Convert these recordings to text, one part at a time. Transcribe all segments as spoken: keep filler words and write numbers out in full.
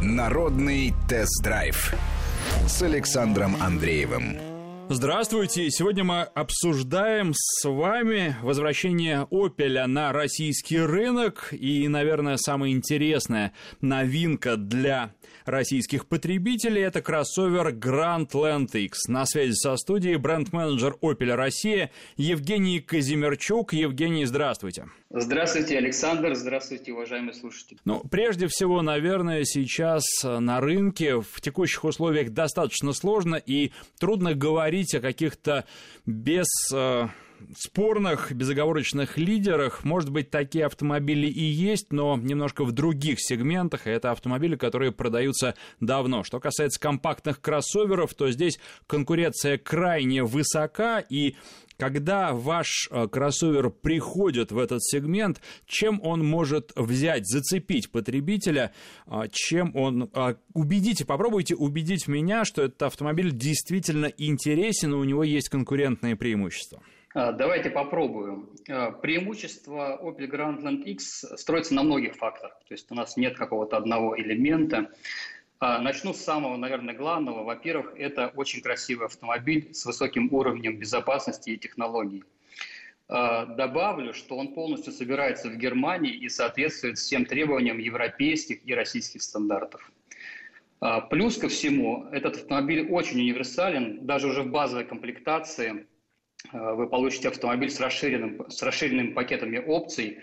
Народный тест-драйв с Александром Андреевым. Здравствуйте! Сегодня мы обсуждаем с вами возвращение Opel на российский рынок. И, наверное, самая интересная новинка для российских потребителей – это кроссовер Grandland X. На связи со студией бренд-менеджер Opel Россия Евгений Казимирчук. Евгений, здравствуйте! Здравствуйте, Александр. Здравствуйте, уважаемые слушатели. Ну, прежде всего, наверное, сейчас на рынке в текущих условиях достаточно сложно и трудно говорить о каких-то бесспорных, безоговорочных лидерах. Может быть, такие автомобили и есть, но немножко в других сегментах. Это автомобили, которые продаются давно. Что касается компактных кроссоверов, то здесь конкуренция крайне высока, и когда ваш кроссовер приходит в этот сегмент, чем он может взять, зацепить потребителя, чем он... Убедите, попробуйте убедить меня, что этот автомобиль действительно интересен, и у него есть конкурентные преимущества. Давайте попробуем. Преимущество Opel Grandland X строится на многих факторах. То есть у нас нет какого-то одного элемента. Начну с самого, наверное, главного. Во-первых, это очень красивый автомобиль с высоким уровнем безопасности и технологий. Добавлю, что он полностью собирается в Германии и соответствует всем требованиям европейских и российских стандартов. Плюс ко всему, этот автомобиль очень универсален. Даже уже в базовой комплектации вы получите автомобиль с расширенным, с расширенными пакетами опций.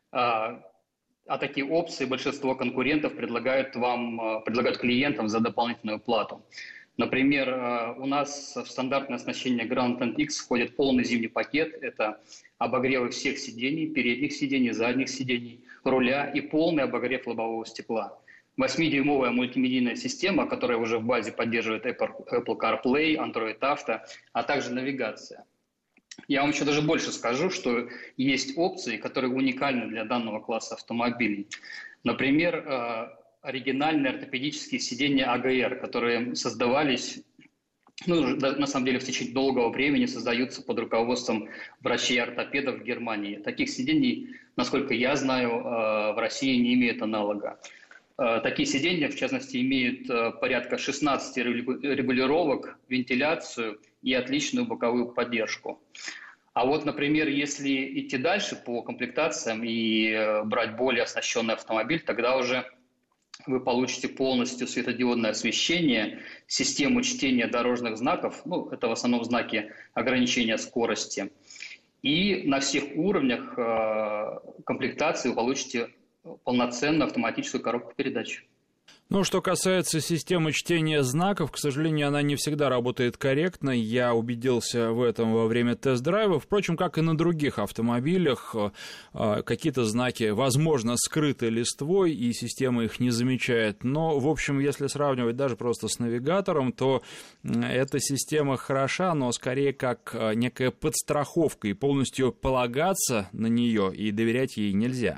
А такие опции большинство конкурентов предлагают вам, предлагают клиентам за дополнительную плату. Например, у нас в стандартное оснащение Grandland X входит полный зимний пакет. Это обогревы всех сидений, передних сидений, задних сидений, руля и полный обогрев лобового стекла. восьмидюймовая мультимедийная система, которая уже в базе поддерживает Apple CarPlay, Android Auto, а также навигация. Я вам еще даже больше скажу, что есть опции, которые уникальны для данного класса автомобилей. Например, оригинальные ортопедические сиденья а гэ эр, которые создавались, ну, на самом деле в течение долгого времени создаются под руководством врачей-ортопедов в Германии. Таких сидений, насколько я знаю, в России не имеет аналога. Такие сиденья, в частности, имеют порядка шестнадцати регулировок, вентиляцию и отличную боковую поддержку. А вот, например, если идти дальше по комплектациям и брать более оснащенный автомобиль, тогда уже вы получите полностью светодиодное освещение, систему чтения дорожных знаков, ну, это в основном знаки ограничения скорости. И на всех уровнях комплектации вы получите полноценную автоматическую коробку передач. Ну, что касается системы чтения знаков, к сожалению, она не всегда работает корректно. Я убедился в этом во время тест-драйва. Впрочем, как и на других автомобилях, какие-то знаки, возможно, скрыты листвой, и система их не замечает. Но, в общем, если сравнивать даже просто с навигатором, то эта система хороша, но скорее как некая подстраховка, и полностью полагаться на нее и доверять ей нельзя.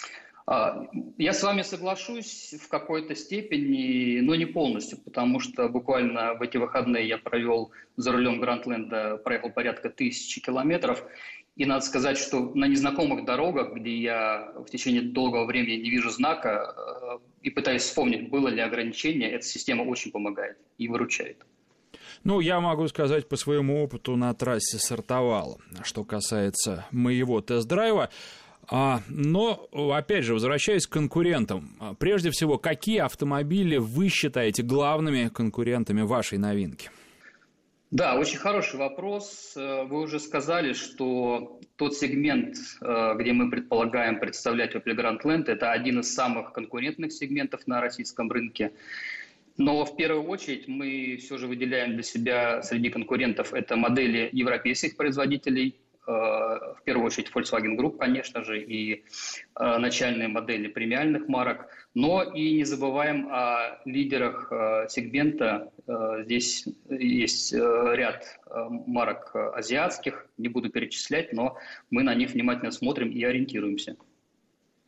Я с вами соглашусь в какой-то степени, но не полностью, потому что буквально в эти выходные я провел за рулем Грандленда, проехал порядка тысячи километров. И надо сказать, что на незнакомых дорогах, где я в течение долгого времени не вижу знака и пытаюсь вспомнить, было ли ограничение, эта система очень помогает и выручает. Ну, я могу сказать по своему опыту на трассе сортовал, что касается моего тест-драйва. А, но, опять же, возвращаясь к конкурентам, прежде всего, какие автомобили вы считаете главными конкурентами вашей новинки? Да, очень хороший вопрос. Вы уже сказали, что тот сегмент, где мы предполагаем представлять Opel Grandland, это один из самых конкурентных сегментов на российском рынке. Но в первую очередь мы все же выделяем для себя среди конкурентов это модели европейских производителей, в первую очередь Volkswagen Group, конечно же, и начальные модели премиальных марок, но и не забываем о лидерах сегмента. Здесь есть ряд марок азиатских, не буду перечислять, но мы на них внимательно смотрим и ориентируемся.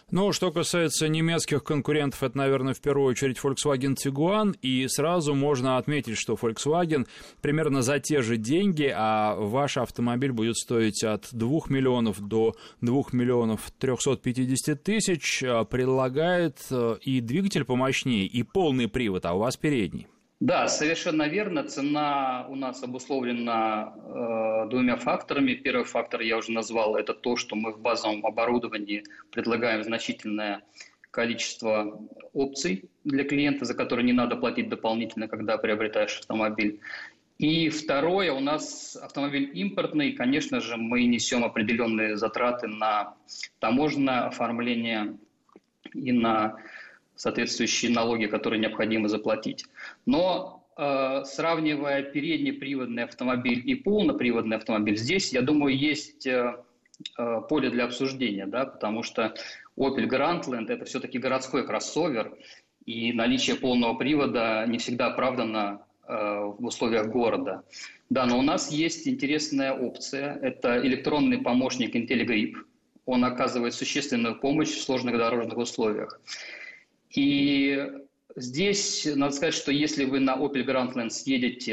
Ну, что касается немецких конкурентов, это, наверное, в первую очередь Volkswagen Tiguan, и сразу можно отметить, что Volkswagen примерно за те же деньги, а ваш автомобиль будет стоить от двух миллионов до двух миллионов трехсот пятидесяти тысяч, предлагает и двигатель помощнее, и полный привод, а у вас передний. Да, совершенно верно. Цена у нас обусловлена э, двумя факторами. Первый фактор я уже назвал, это то, что мы в базовом оборудовании предлагаем значительное количество опций для клиента, за которые не надо платить дополнительно, когда приобретаешь автомобиль. И второе, у нас автомобиль импортный, конечно же, мы несем определенные затраты на таможенное оформление и на соответствующие налоги, которые необходимо заплатить. Но э, сравнивая переднеприводный автомобиль и полноприводный автомобиль, здесь, я думаю, есть э, э, поле для обсуждения, да, потому что Opel Grandland – это все-таки городской кроссовер, и наличие полного привода не всегда оправдано э, в условиях города. Да, но у нас есть интересная опция – это электронный помощник IntelliGrip. Он оказывает существенную помощь в сложных дорожных условиях. И здесь надо сказать, что если вы на Opel Grandland съедете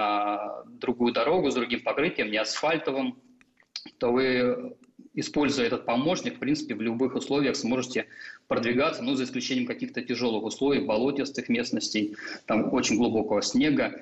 на другую дорогу с другим покрытием, не асфальтовым, то вы, используя этот помощник, в принципе, в любых условиях сможете продвигаться, ну, за исключением каких-то тяжелых условий, болотистых местностей, там очень глубокого снега.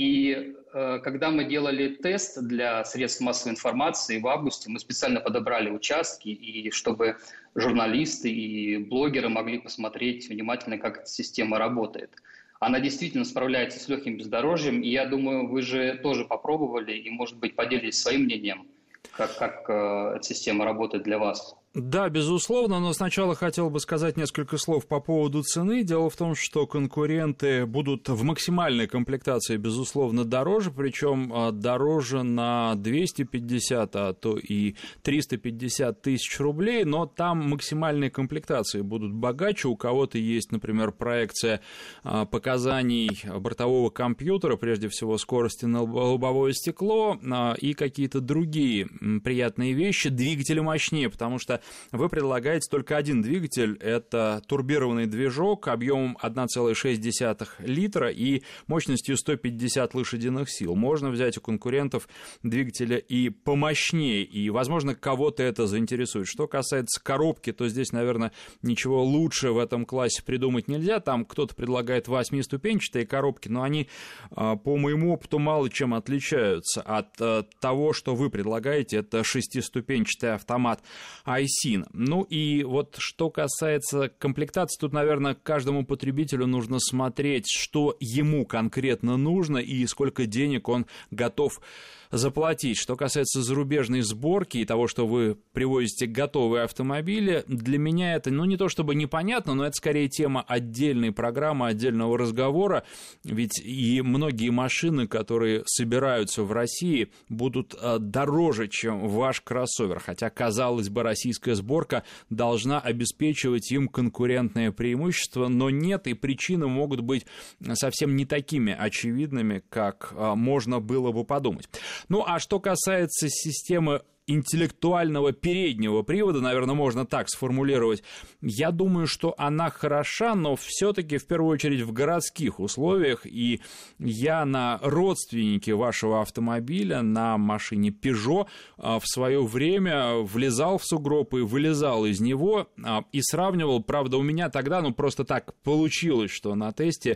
И э, когда мы делали тест для средств массовой информации в августе, мы специально подобрали участки, и чтобы журналисты и блогеры могли посмотреть внимательно, как эта система работает. Она действительно справляется с легким бездорожьем, и я думаю, вы же тоже попробовали и, может быть, поделитесь своим мнением, как, как э, эта система работает для вас. Да, безусловно, но сначала хотел бы сказать несколько слов по поводу цены. Дело в том, что конкуренты будут в максимальной комплектации, безусловно, дороже, причем дороже на двести пятьдесят, а то и триста пятьдесят тысяч рублей, но там максимальные комплектации будут богаче. У кого-то есть, например, проекция показаний бортового компьютера, прежде всего скорости на лобовое стекло и какие-то другие приятные вещи. Двигатели мощнее, потому что вы предлагаете только один двигатель, это турбированный движок объемом одна целая шесть десятых литра и мощностью сто пятьдесят лошадиных сил. Можно взять у конкурентов двигателя и помощнее, и, возможно, кого-то это заинтересует. Что касается коробки, то здесь, наверное, ничего лучше в этом классе придумать нельзя. Там кто-то предлагает восьмиступенчатые коробки, но они, по моему опыту, мало чем отличаются от того, что вы предлагаете. Это шестиступенчатый автомат айсин. Ну и вот что касается комплектации, тут, наверное, каждому потребителю нужно смотреть, что ему конкретно нужно и сколько денег он готов заплатить. Что касается зарубежной сборки и того, что вы привозите готовые автомобили, для меня это, ну, не то чтобы непонятно, но это скорее тема отдельной программы, отдельного разговора, ведь и многие машины, которые собираются в России, будут дороже, чем ваш кроссовер, хотя, казалось бы, российская сборка должна обеспечивать им конкурентное преимущество, но нет, и причины могут быть совсем не такими очевидными, как можно было бы подумать. Ну, а что касается системы интеллектуального переднего привода, наверное, можно так сформулировать, я думаю, что она хороша, но все-таки в первую очередь в городских условиях, и я на родственнике вашего автомобиля, на машине Peugeot, в свое время влезал в сугроб и вылезал из него и сравнивал, правда, у меня тогда, ну, просто так получилось, что на тесте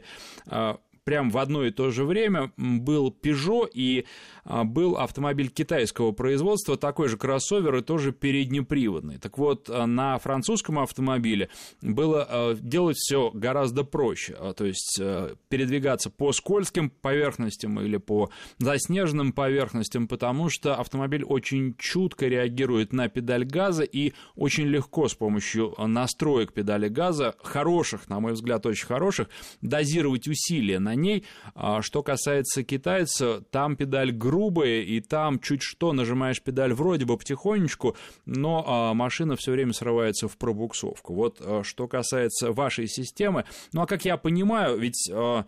прям в одно и то же время был Peugeot и был автомобиль китайского производства, такой же кроссовер и тоже переднеприводный. Так вот, на французском автомобиле было делать все гораздо проще, то есть передвигаться по скользким поверхностям или по заснеженным поверхностям, потому что автомобиль очень чутко реагирует на педаль газа и очень легко с помощью настроек педали газа, хороших, на мой взгляд, очень хороших, дозировать усилия на на ней. Что касается китайца, там педаль грубая, и там чуть что нажимаешь педаль вроде бы потихонечку, но машина все время срывается в пробуксовку. Вот что касается вашей системы. Ну а как я понимаю, ведь...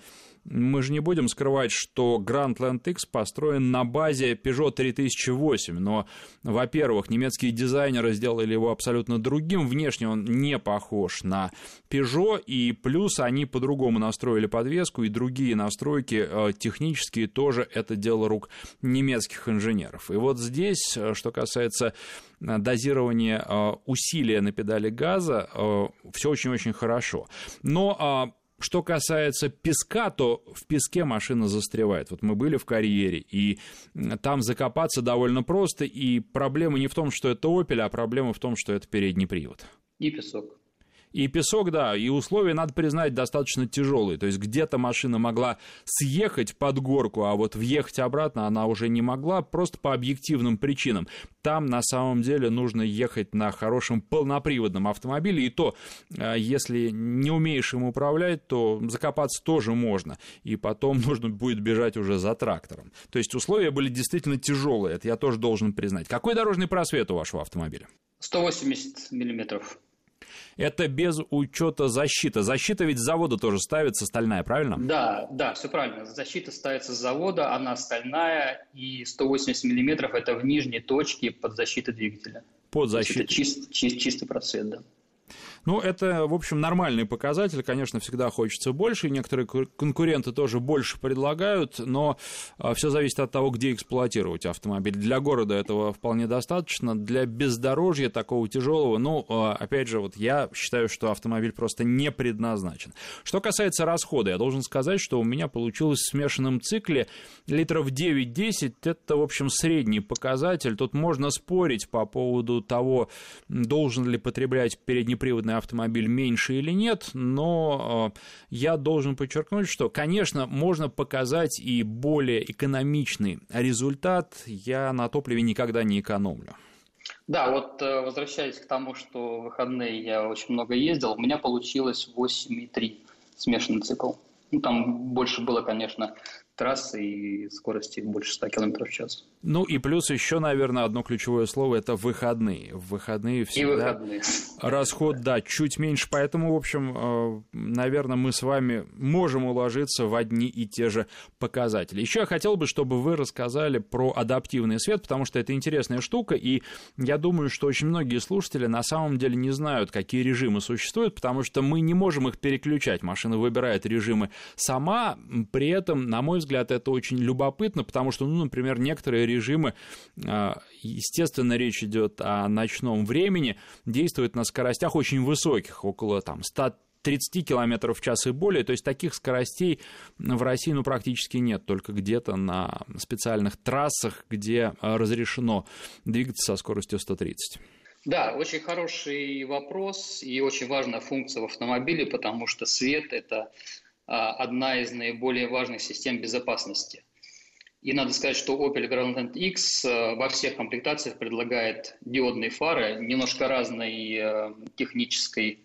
Мы же не будем скрывать, что Grandland X построен на базе Peugeot три тысячи восемь, но, во-первых, немецкие дизайнеры сделали его абсолютно другим, внешне он не похож на Peugeot, и плюс они по-другому настроили подвеску, и другие настройки технические тоже это дело рук немецких инженеров. И вот здесь, что касается дозирования усилия на педали газа, все очень-очень хорошо. Но... Что касается песка, то в песке машина застревает. Вот мы были в карьере, и там закопаться довольно просто, и проблема не в том, что это Opel, а проблема в том, что это передний привод. И песок. И песок, да, и условия, надо признать, достаточно тяжелые. То есть где-то машина могла съехать под горку, а вот въехать обратно она уже не могла, просто по объективным причинам. Там на самом деле нужно ехать на хорошем полноприводном автомобиле, и то, если не умеешь им управлять, то закопаться тоже можно, и потом нужно будет бежать уже за трактором. То есть условия были действительно тяжелые, это я тоже должен признать. Какой дорожный просвет у вашего автомобиля? сто восемьдесят миллиметров. Это без учета защиты. Защита ведь с завода тоже ставится, стальная, правильно? Да, да, все правильно. Защита ставится с завода, она стальная, и сто восемьдесят миллиметров это в нижней точке под защитой двигателя. Под защитой. Это чист, чист, чистый просвет, да. Ну, это, в общем, нормальный показатель. Конечно, всегда хочется больше, и некоторые конкуренты тоже больше предлагают, но все зависит от того, где эксплуатировать автомобиль. Для города этого вполне достаточно, для бездорожья такого тяжелого, ну, опять же, вот я считаю, что автомобиль просто не предназначен. Что касается расхода, я должен сказать, что у меня получилось в смешанном цикле литров девять-десять, это, в общем, средний показатель. Тут можно спорить по поводу того, должен ли потреблять переднеприводный автомобиль меньше или нет, но э, я должен подчеркнуть, что, конечно, можно показать и более экономичный результат. Я на топливе никогда не экономлю. Да, вот возвращаясь к тому, что в выходные я очень много ездил, у меня получилось восемь и три смешанный цикл. Ну, там больше было, конечно, трассы и скорости больше ста километров в час. Ну и плюс еще, наверное, одно ключевое слово – это выходные. В выходные всегда и выходные. Расход, да, чуть меньше, поэтому, в общем, наверное, мы с вами можем уложиться в одни и те же показатели. Еще я хотел бы, чтобы вы рассказали про адаптивный свет, потому что это интересная штука, и я думаю, что очень многие слушатели на самом деле не знают, какие режимы существуют, потому что мы не можем их переключать. Машина выбирает режимы сама, при этом, на мой взгляд, это очень любопытно, потому что, ну, например, некоторые режимы, естественно, речь идет о ночном времени, действуют на скоростях очень высоких, около там ста тридцати километров в час и более, то есть таких скоростей в России ну, практически нет, только где-то на специальных трассах, где разрешено двигаться со скоростью сто тридцать. Да, очень хороший вопрос и очень важная функция в автомобиле, потому что свет – это одна из наиболее важных систем безопасности. И надо сказать, что Opel Grandland X во всех комплектациях предлагает диодные фары, немножко разной технической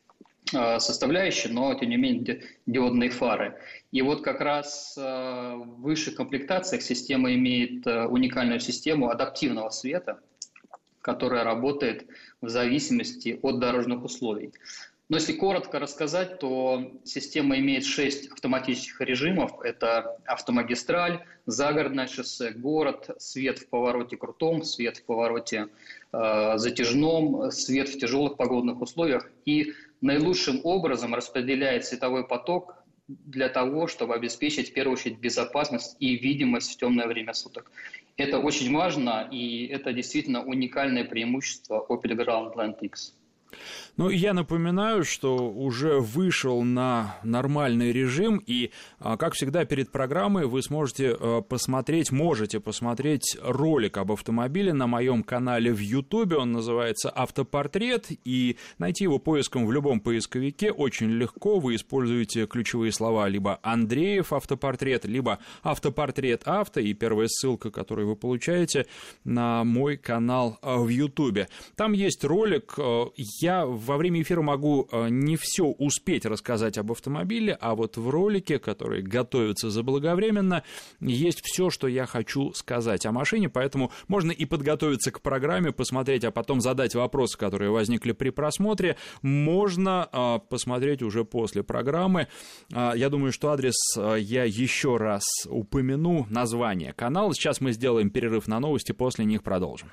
составляющей, но тем не менее диодные фары. И вот как раз в высших комплектациях система имеет уникальную систему адаптивного света, которая работает в зависимости от дорожных условий. Но если коротко рассказать, то система имеет шесть автоматических режимов. Это автомагистраль, загородное шоссе, город, свет в повороте крутом, свет в повороте э, затяжном, свет в тяжелых погодных условиях. И наилучшим образом распределяет световой поток для того, чтобы обеспечить в первую очередь безопасность и видимость в темное время суток. Это очень важно, и это действительно уникальное преимущество Opel Grandland X. Ну, я напоминаю, что уже вышел на нормальный режим, и, как всегда, перед программой вы сможете посмотреть, можете посмотреть ролик об автомобиле на моем канале в Ютубе, он называется «Автопортрет», и найти его поиском в любом поисковике очень легко, вы используете ключевые слова либо «Андреев автопортрет», либо «Автопортрет авто», и первая ссылка, которую вы получаете, на мой канал в Ютубе. Там есть ролик. я во время эфира могу не все успеть рассказать об автомобиле, а вот в ролике, который готовится заблаговременно, есть все, что я хочу сказать о машине, поэтому можно и подготовиться к программе, посмотреть, а потом задать вопросы, которые возникли при просмотре. Можно а, посмотреть уже после программы. А, я думаю, что адрес а, я еще раз упомяну, название канала. Сейчас мы сделаем перерыв на новости, после них продолжим.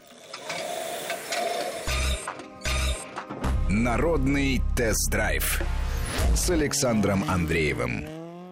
Народный тест-драйв с Александром Андреевым.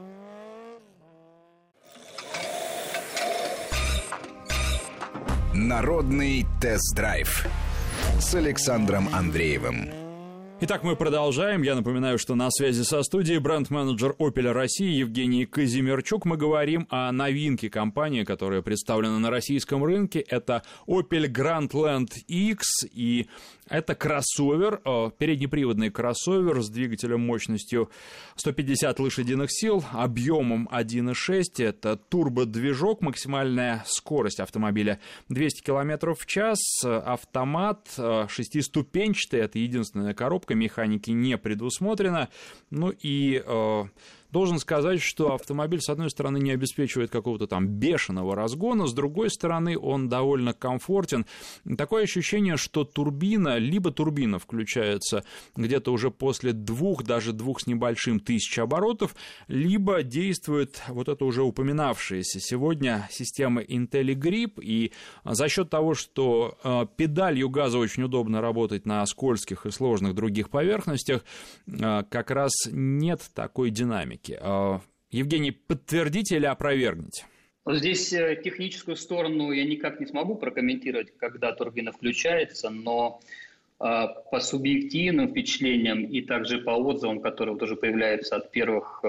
Народный тест-драйв с Александром Андреевым. Итак, мы продолжаем. Я напоминаю, что на связи со студией бренд-менеджер Opel России Евгений Казимирчук. Мы говорим о новинке компании, которая представлена на российском рынке. Это Opel Grandland X, и это кроссовер, переднеприводный кроссовер с двигателем мощностью сто пятьдесят лошадиных сил, объемом один и шесть. Это турбодвижок, максимальная скорость автомобиля двести километров в час, автомат шестиступенчатый, это единственная коробка, механики не предусмотрено. Ну и э, должен сказать, что автомобиль, с одной стороны, не обеспечивает какого-то там бешеного разгона, с другой стороны, он довольно комфортен. Такое ощущение, что турбина, либо турбина включается где-то уже после двух, даже двух с небольшим тысяч оборотов, либо действует вот это уже упоминавшаяся сегодня система IntelliGrip, и за счет того, что э, педалью газа очень удобно работать на скользких и сложных других поверхностях, э, как раз нет такой динамики. Евгений, подтвердите или опровергните? Здесь техническую сторону я никак не смогу прокомментировать, когда турбина включается, но по субъективным впечатлениям и также по отзывам, которые тоже появляются от первых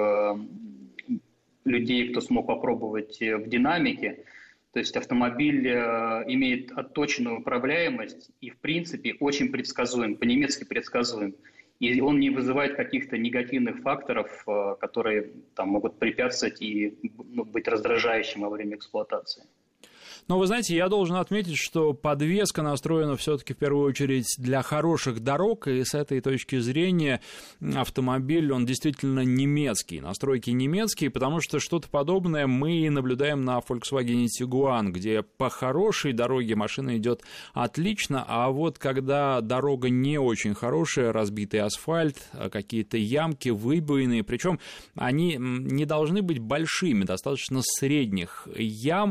людей, кто смог попробовать в динамике, то есть автомобиль имеет отточенную управляемость и, в принципе, очень предсказуем, по-немецки предсказуем. И он не вызывает каких-то негативных факторов, которые там, могут препятствовать и ну, быть раздражающим во время эксплуатации. Но вы знаете, я должен отметить, что подвеска настроена все-таки в первую очередь для хороших дорог, и с этой точки зрения автомобиль, он действительно немецкий, настройки немецкие, потому что что-то подобное мы наблюдаем на Volkswagen Tiguan, где по хорошей дороге машина идет отлично, а вот когда дорога не очень хорошая, разбитый асфальт, какие-то ямки, выбоины, причем они не должны быть большими, достаточно средних ям,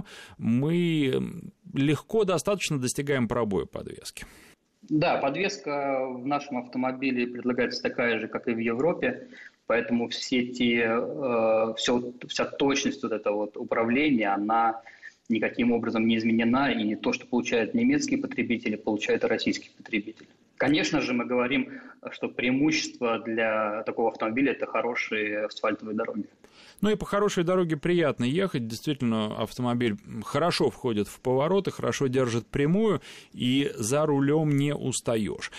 мы легко достаточно достигаем пробоя подвески. Да, подвеска в нашем автомобиле предлагается такая же, как и в Европе, поэтому все те, э, все, вся точность вот этого вот управления, она никаким образом не изменена, и то, что получают немецкие потребители, получают и российские потребители. Конечно же, мы говорим, что преимущество для такого автомобиля – это хорошие асфальтовые дороги. Ну и по хорошей дороге приятно ехать. Действительно, автомобиль хорошо входит в повороты, хорошо держит прямую, и за рулем не устаешь.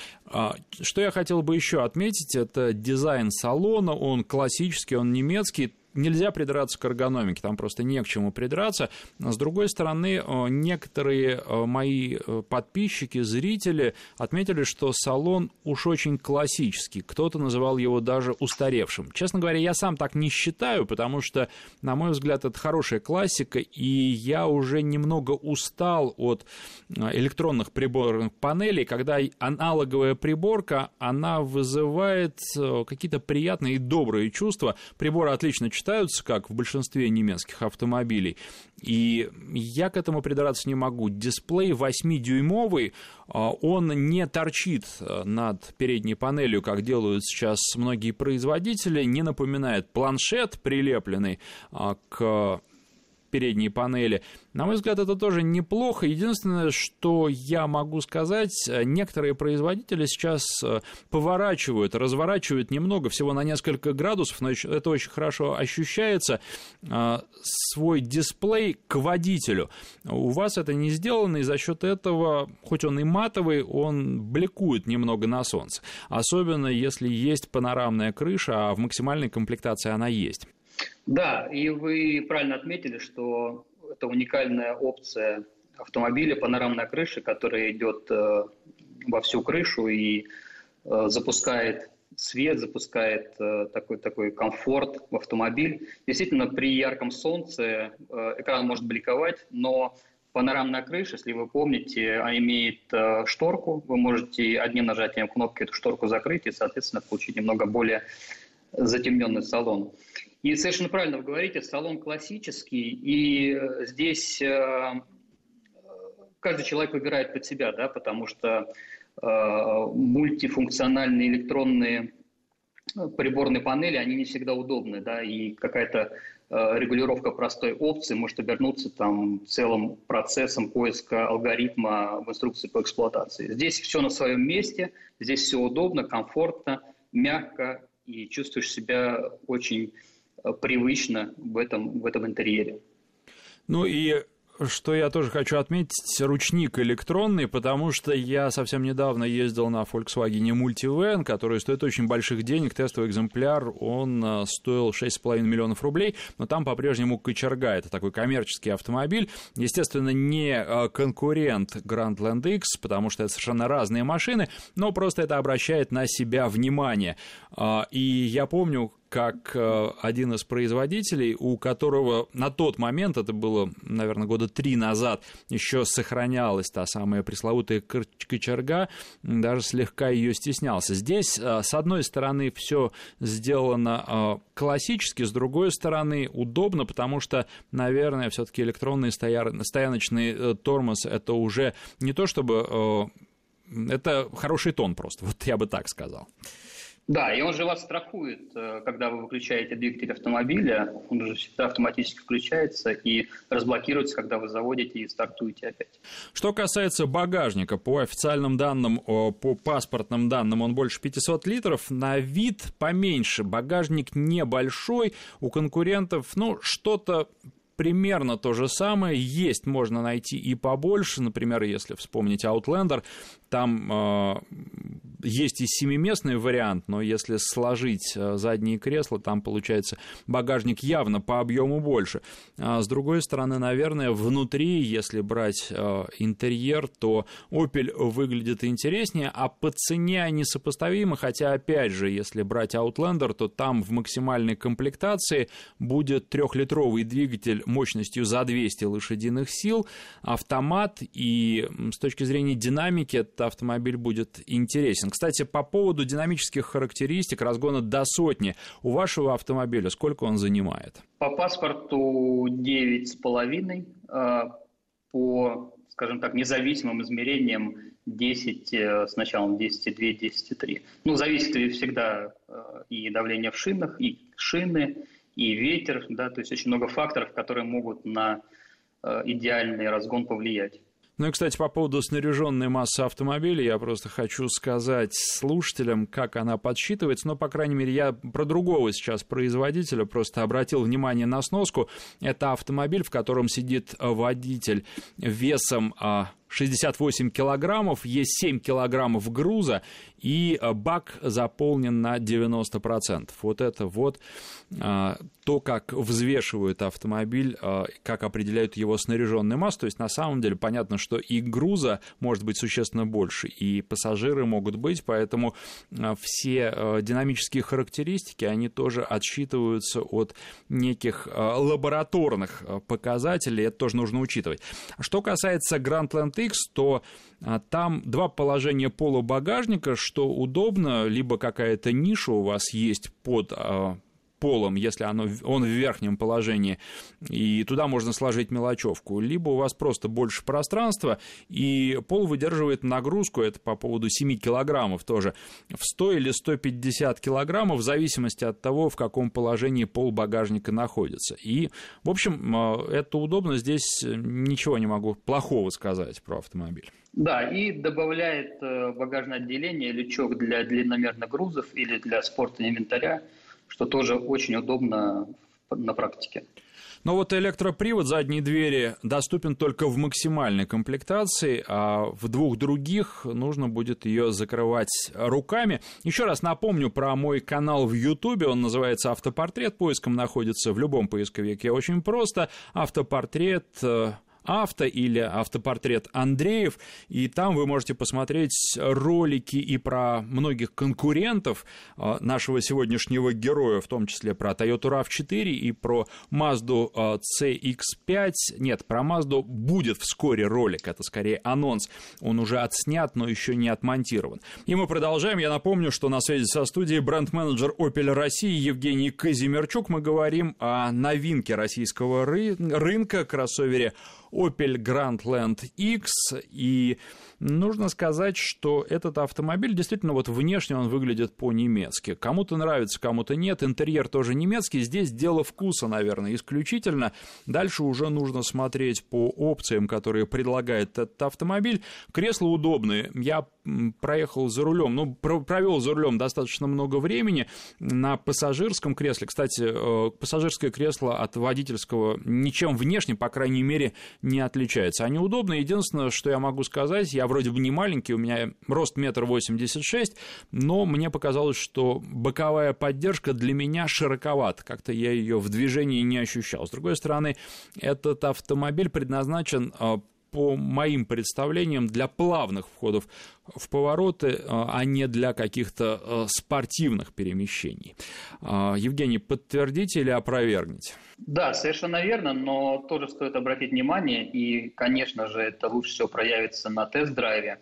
Что я хотел бы еще отметить, это дизайн салона. Он классический, он немецкий. Нельзя придраться к эргономике, там просто не к чему придраться. С другой стороны, некоторые мои подписчики, зрители отметили, что салон уж очень классический. Кто-то называл его даже устаревшим. Честно говоря, я сам так не считаю, потому что, на мой взгляд, это хорошая классика, и я уже немного устал от электронных приборных панелей, когда аналоговая приборка, она вызывает какие-то приятные и добрые чувства. Приборы отлично читаются, как в большинстве немецких автомобилей, и я к этому придраться не могу. Дисплей восьмидюймовый, он не торчит над передней панелью, как делают сейчас многие производители, не напоминает планшет, прилепленный к передней панели. На мой взгляд, это тоже неплохо. Единственное, что я могу сказать, некоторые производители сейчас поворачивают, разворачивают немного, всего на несколько градусов, но это очень хорошо ощущается, свой дисплей к водителю. У вас это не сделано, и за счет этого, хоть он и матовый, он бликует немного на солнце. Особенно, если есть панорамная крыша, а в максимальной комплектации она есть. Да, и вы правильно отметили, что это уникальная опция автомобиля, панорамная крыша, которая идет э, во всю крышу и запускает свет, запускает такой, такой комфорт в автомобиль. Действительно, при ярком солнце экран может бликовать, но панорамная крыша, если вы помните, имеет шторку. Вы можете одним нажатием кнопки эту шторку закрыть и, соответственно, получить немного более затемненный салон. И совершенно правильно вы говорите, салон классический, и здесь каждый человек выбирает под себя, да, потому что мультифункциональные электронные приборные панели, они не всегда удобны, да, и какая-то регулировка простой опции может обернуться там целым процессом поиска алгоритма в инструкции по эксплуатации. Здесь все на своем месте, здесь все удобно, комфортно, мягко, и чувствуешь себя очень привычно в этом, в этом интерьере. Ну и что я тоже хочу отметить, ручник электронный, потому что я совсем недавно ездил на Volkswagen Multivan, который стоит очень больших денег, тестовый экземпляр, он стоил шесть с половиной миллионов рублей, но там по-прежнему кочерга, это такой коммерческий автомобиль, естественно, не конкурент Grandland X, потому что это совершенно разные машины, но просто это обращает на себя внимание. И я помню, как один из производителей, у которого на тот момент, это было, наверное, года три назад, еще сохранялась та самая пресловутая кочерга, даже слегка ее стеснялся. Здесь, с одной стороны, все сделано классически, с другой стороны, удобно, потому что, наверное, все-таки электронный стояночный тормоз — это уже не то чтобы... Это хороший тон просто, вот я бы так сказал. Да, и он же вас страхует, когда вы выключаете двигатель автомобиля, он же всегда автоматически включается и разблокируется, когда вы заводите и стартуете опять. Что касается багажника, по официальным данным, по паспортным данным, он больше пятьсот литров, на вид поменьше, багажник небольшой, у конкурентов, ну, что-то... Примерно то же самое, есть, можно найти и побольше, например, если вспомнить Outlander, там э, есть и семиместный вариант, но если сложить задние кресла, там получается багажник явно по объему больше. А с другой стороны, наверное, внутри, если брать э, интерьер, то Opel выглядит интереснее, а по цене они сопоставимы, хотя, опять же, если брать Outlander, то там в максимальной комплектации будет трехлитровый двигатель мощностью за двести лошадиных сил, автомат, и с точки зрения динамики этот автомобиль будет интересен. Кстати, по поводу динамических характеристик разгона до сотни, у вашего автомобиля сколько он занимает? По паспорту девять с половиной, по, скажем так, независимым измерениям десять с началом десять и два, десять и три. Ну, зависит всегда и давление в шинах, и шины, и ветер, да, то есть очень много факторов, которые могут на э, идеальный разгон повлиять. Ну и, кстати, по поводу снаряженной массы автомобиля, я просто хочу сказать слушателям, как она подсчитывается, но, по крайней мере, я про другого сейчас производителя просто обратил внимание на сноску. Это автомобиль, в котором сидит водитель весом... шестьдесят восемь килограммов, есть семь килограммов груза, и бак заполнен на девяносто процентов. Вот это вот а, то, как взвешивают автомобиль, а, как определяют его снаряженную массу. То есть, на самом деле, понятно, что и груза может быть существенно больше, и пассажиры могут быть, поэтому а, все а, динамические характеристики, они тоже отсчитываются от неких а, лабораторных а, показателей, это тоже нужно учитывать. Что касается Grandland X, то а, там два положения пола багажника, что удобно, либо какая-то ниша у вас есть под а, полом, если оно, он в верхнем положении, и туда можно сложить мелочевку, либо у вас просто больше пространства, и пол выдерживает нагрузку, это по поводу семь килограммов тоже, в сто или сто пятьдесят килограммов, в зависимости от того, в каком положении пол багажника находится. И, в общем, это удобно, здесь ничего не могу плохого сказать про автомобиль. Да, и добавляет багажное отделение лючок для длинномерных грузов или для спортивного инвентаря, что тоже очень удобно на практике. Но вот электропривод задней двери доступен только в максимальной комплектации, а в двух других нужно будет ее закрывать руками. Еще раз напомню про мой канал в Ютубе, он называется «Автопортрет», поиском находится в любом поисковике очень просто. «Автопортрет», Авто или автопортрет Андреев, и там вы можете посмотреть ролики и про многих конкурентов нашего сегодняшнего героя, в том числе про Toyota рав четыре и про Mazda си икс пять. Нет, про Mazda будет вскоре ролик, это скорее анонс, он уже отснят, но еще не отмонтирован. И мы продолжаем. Я напомню, что на связи со студией бренд-менеджер Opel России Евгений Казимирчук. Мы говорим о новинке российского ры- рынка, кроссовере Opel Grandland X, и нужно сказать, что этот автомобиль действительно вот внешне он выглядит по-немецки. Кому-то нравится, кому-то нет, интерьер тоже немецкий, здесь дело вкуса, наверное, исключительно. Дальше уже нужно смотреть по опциям, которые предлагает этот автомобиль. Кресла удобные, я проехал за рулем, ну, провел за рулем достаточно много времени на пассажирском кресле. Кстати, пассажирское кресло от водительского ничем внешне, по крайней мере, не отличается. Они удобны. Единственное, что я могу сказать, я вроде бы не маленький, у меня рост метр восемьдесят шесть, но мне показалось, что боковая поддержка для меня широковата. Как-то я ее в движении не ощущал. С другой стороны, этот автомобиль предназначен, по моим представлениям, для плавных входов в повороты, а не для каких-то спортивных перемещений. Евгений, подтвердите или опровергните? Да, совершенно верно, но тоже стоит обратить внимание, и, конечно же, это лучше всего проявится на тест-драйве.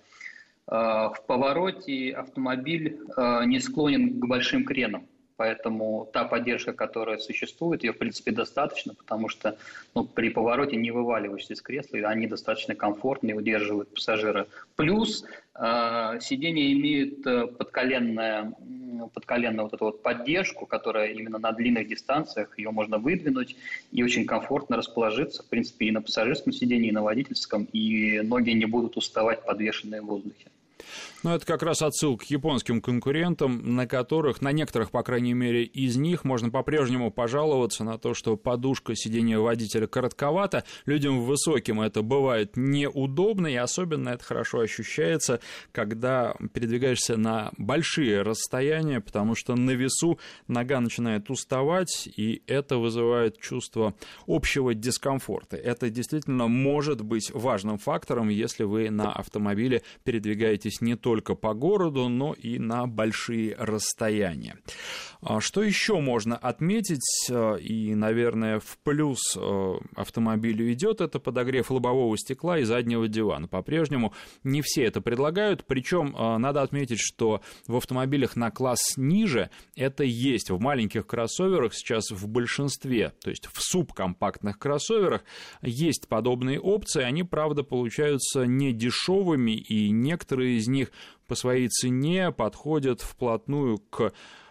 В повороте автомобиль не склонен к большим кренам. Поэтому та поддержка, которая существует, ее, в принципе, достаточно, потому что ну, при повороте не вываливаешься из кресла, и они достаточно комфортно и удерживают пассажира. Плюс э, сиденье имеет подколенное, подколенную вот эту вот поддержку, которая именно на длинных дистанциях, ее можно выдвинуть и очень комфортно расположиться, в принципе, и на пассажирском сиденье, и на водительском, и ноги не будут уставать, подвешенные в воздухе. Ну, это как раз отсылка к японским конкурентам, на которых, на некоторых, по крайней мере, из них можно по-прежнему пожаловаться на то, что подушка сиденья водителя коротковата. Людям высоким это бывает неудобно, и особенно это хорошо ощущается, когда передвигаешься на большие расстояния, потому что на весу нога начинает уставать, и это вызывает чувство общего дискомфорта. Это действительно может быть важным фактором, если вы на автомобиле передвигаетесь не только по городу, но и на большие расстояния. Что еще можно отметить, и, наверное, в плюс автомобилю идет, это подогрев лобового стекла и заднего дивана. По-прежнему не все это предлагают, причем надо отметить, что в автомобилях на класс ниже это есть. В маленьких кроссоверах сейчас в большинстве, то есть в субкомпактных кроссоверах есть подобные опции. Они, правда, получаются не дешевыми, и некоторые из них по своей цене подходят вплотную к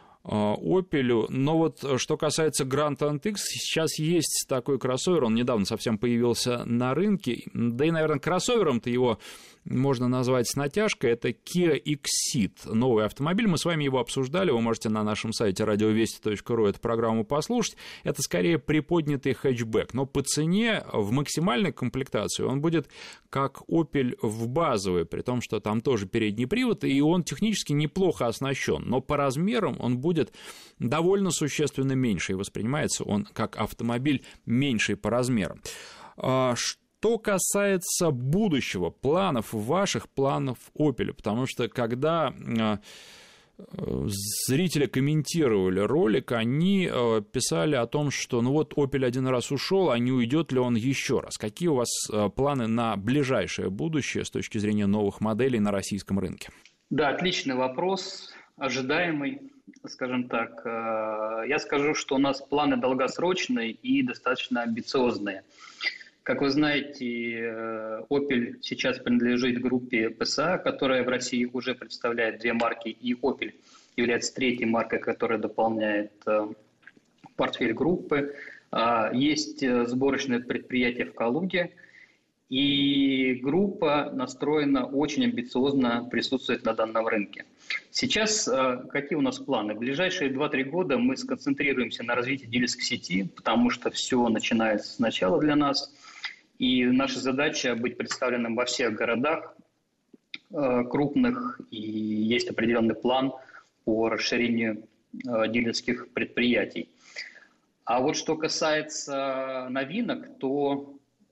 Opel. Но вот что касается Grandland X, сейчас есть такой кроссовер, он недавно совсем появился на рынке, да и, наверное, кроссовером-то его можно назвать с натяжкой, это Kia Exceed, новый автомобиль, мы с вами его обсуждали, вы можете на нашем сайте радиовести точка ру эту программу послушать, это скорее приподнятый хэтчбэк, но по цене в максимальной комплектации он будет как Opel в базовой, при том, что там тоже передний привод, и он технически неплохо оснащен, но по размерам он будет довольно существенно меньше, и воспринимается он как автомобиль меньший по размерам. Что касается будущего, планов, ваших планов Opel, потому что когда зрители комментировали ролик, они писали о том, что ну вот Opel один раз ушел, а не уйдет ли он еще раз. Какие у вас планы на ближайшее будущее с точки зрения новых моделей на российском рынке? Да, отличный вопрос, ожидаемый, скажем так. Я скажу, что у нас планы долгосрочные и достаточно амбициозные. Как вы знаете, Opel сейчас принадлежит группе пэ эс а, которая в России уже представляет две марки, и Opel является третьей маркой, которая дополняет портфель группы. Есть сборочное предприятие в Калуге, и группа настроена очень амбициозно присутствовать на данном рынке. Сейчас какие у нас планы? В ближайшие два-три года мы сконцентрируемся на развитии дилерской сети, потому что все начинается сначала для нас. И наша задача быть представленным во всех городах э, крупных, и есть определенный план по расширению э, дилерских предприятий. А вот что касается новинок, то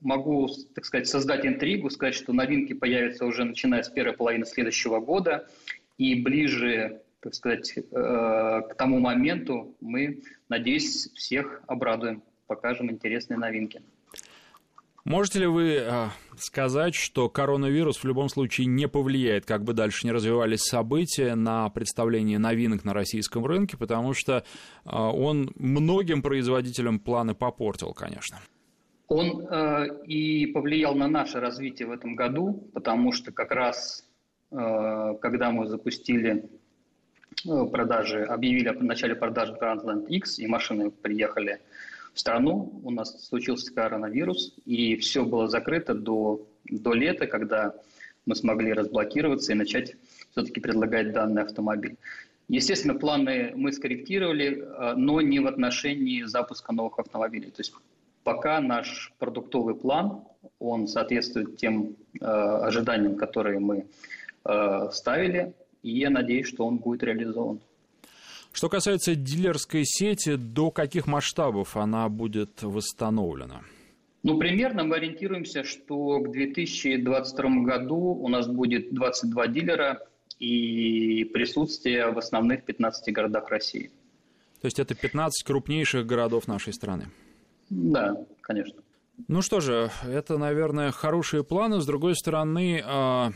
могу, так сказать, создать интригу, сказать, что новинки появятся уже начиная с первой половины следующего года, и ближе, так сказать, к тому моменту мы, надеюсь, всех обрадуем, покажем интересные новинки. Можете ли вы э, сказать, что коронавирус в любом случае не повлияет, как бы дальше ни развивались события, на представление новинок на российском рынке, потому что э, он многим производителям планы попортил, конечно? Он э, и повлиял на наше развитие в этом году, потому что как раз, э, когда мы запустили э, продажи, объявили о начале продаж Grandland X, и машины приехали в страну, у нас случился коронавирус, и все было закрыто до, до лета, когда мы смогли разблокироваться и начать все-таки предлагать данный автомобиль. Естественно, планы мы скорректировали, но не в отношении запуска новых автомобилей. То есть пока наш продуктовый план, он соответствует тем э, ожиданиям, которые мы э, ставили, и я надеюсь, что он будет реализован. Что касается дилерской сети, до каких масштабов она будет восстановлена? Ну, примерно мы ориентируемся, что к две тысячи двадцать второму году у нас будет двадцать два дилера и присутствие в основных пятнадцати городах России. То есть это пятнадцать крупнейших городов нашей страны? Да, конечно. Ну что же, это, наверное, хорошие планы. С другой стороны,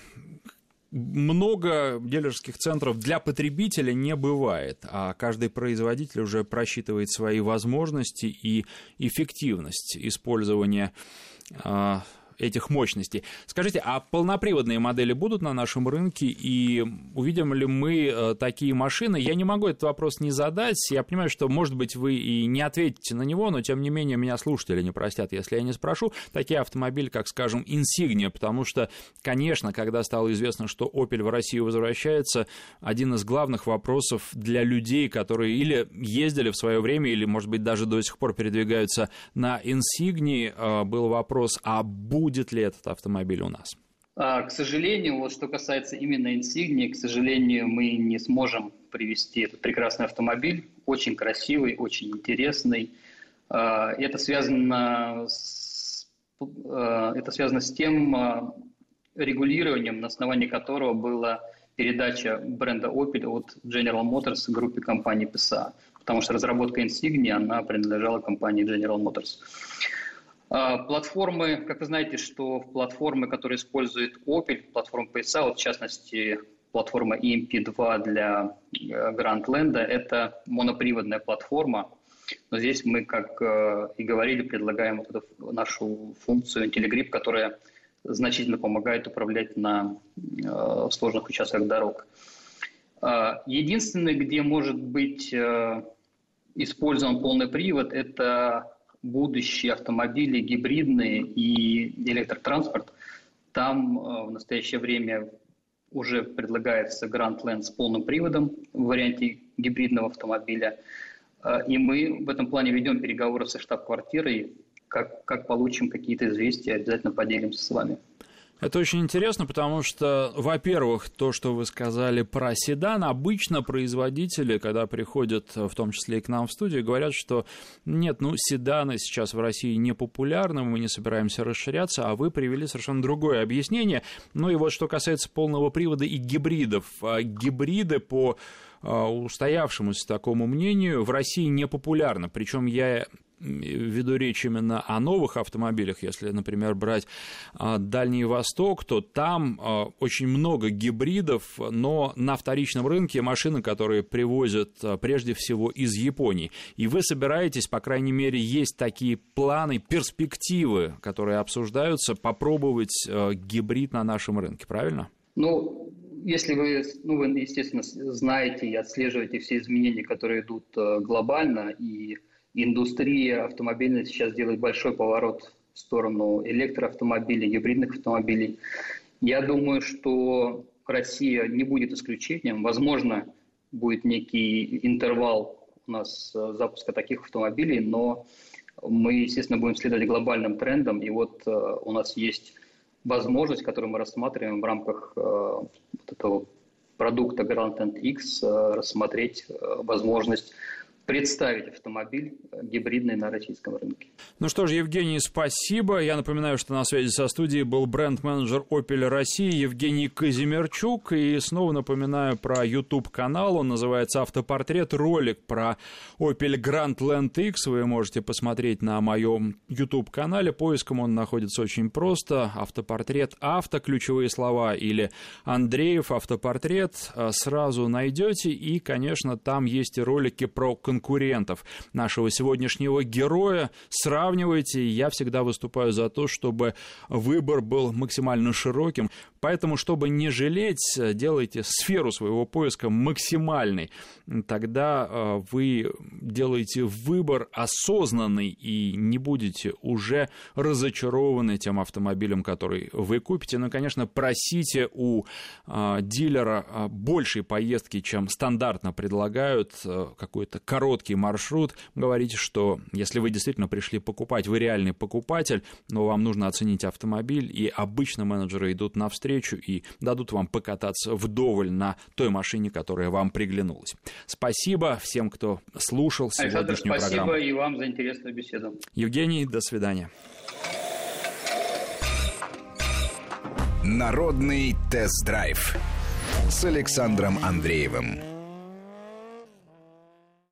много дилерских центров для потребителя не бывает, а каждый производитель уже просчитывает свои возможности и эффективность использования а, этих мощностей. Скажите, а полноприводные модели будут на нашем рынке, и увидим ли мы такие машины? Я не могу этот вопрос не задать. Я понимаю, что, может быть, вы и не ответите на него, но, тем не менее, меня слушатели не простят, если я не спрошу. Такие автомобили, как, скажем, Insignia, потому что, конечно, когда стало известно, что Opel в Россию возвращается, один из главных вопросов для людей, которые или ездили в свое время, или, может быть, даже до сих пор передвигаются на Insignia, был вопрос, а будет Будет ли этот автомобиль у нас? А, к сожалению, вот что касается именно Insignia, к сожалению, мы не сможем привезти этот прекрасный автомобиль. Очень красивый, очень интересный. А, это связано с, а, это связано с тем а, регулированием, на основании которого была передача бренда Opel от General Motors группе компании пи эс эй. Потому что разработка Insignia, она принадлежала компании General Motors. Платформы, как вы знаете, что платформы, которые использует Opel, платформа пи эс эй, вот в частности, платформа и эм пи два для Grandland, это моноприводная платформа. Но здесь мы, как и говорили, предлагаем вот эту нашу функцию IntelliGrip, которая значительно помогает управлять на сложных участках дорог. Единственное, где может быть использован полный привод, это будущие автомобили гибридные и электротранспорт. Там э, в настоящее время уже предлагается Grandland с полным приводом в варианте гибридного автомобиля. Э, и мы в этом плане ведем переговоры со штаб-квартирой. Как, как получим какие-то известия, обязательно поделимся с вами. Это очень интересно, потому что, во-первых, то, что вы сказали про седан, обычно производители, когда приходят, в том числе и к нам в студию, говорят, что нет, ну, седаны сейчас в России не популярны, мы не собираемся расширяться, а вы привели совершенно другое объяснение. Ну и вот что касается полного привода и гибридов. Гибриды, по устоявшемуся такому мнению, в России не популярны, причем я веду речь именно о новых автомобилях. Если, например, брать Дальний Восток, то там очень много гибридов, но на вторичном рынке машины, которые привозят прежде всего из Японии. И вы собираетесь, по крайней мере, есть такие планы, перспективы, которые обсуждаются, попробовать гибрид на нашем рынке, правильно? Ну, если вы, ну, вы, естественно, знаете и отслеживаете все изменения, которые идут глобально, и индустрия автомобильная сейчас делает большой поворот в сторону электроавтомобилей, гибридных автомобилей. Я думаю, что Россия не будет исключением. Возможно, будет некий интервал у нас запуска таких автомобилей, но мы, естественно, будем следовать глобальным трендам. И вот у нас есть возможность, которую мы рассматриваем в рамках вот этого продукта Grandland X, рассмотреть возможность представить автомобиль гибридный на российском рынке. Ну что ж, Евгений, спасибо. Я напоминаю, что на связи со студией был бренд-менеджер Opel России Евгений Казимирчук. И снова напоминаю про YouTube-канал. Он называется «Автопортрет». Ролик про Opel Grandland X вы можете посмотреть на моем YouTube-канале. Поиском он находится очень просто. «Автопортрет авто», ключевые слова, или «Андреев автопортрет». Сразу найдете. И, конечно, там есть и ролики про конкурентов. конкурентов нашего сегодняшнего героя. Сравнивайте. Я всегда выступаю за то, чтобы выбор был максимально широким. Поэтому, чтобы не жалеть, делайте сферу своего поиска максимальной. Тогда вы делаете выбор осознанный и не будете уже разочарованы тем автомобилем, который вы купите. Ну, конечно, просите у дилера большей поездки, чем стандартно предлагают, какой-то короткий маршрут. Говорите, что если вы действительно пришли покупать, вы реальный покупатель, но вам нужно оценить автомобиль, и обычно менеджеры идут навстречу и дадут вам покататься вдоволь на той машине, которая вам приглянулась. Спасибо всем, кто слушал сегодняшнюю Александр, программу. Спасибо и вам за интересную беседу. Евгений, до свидания. Народный тест-драйв с Александром Андреевым.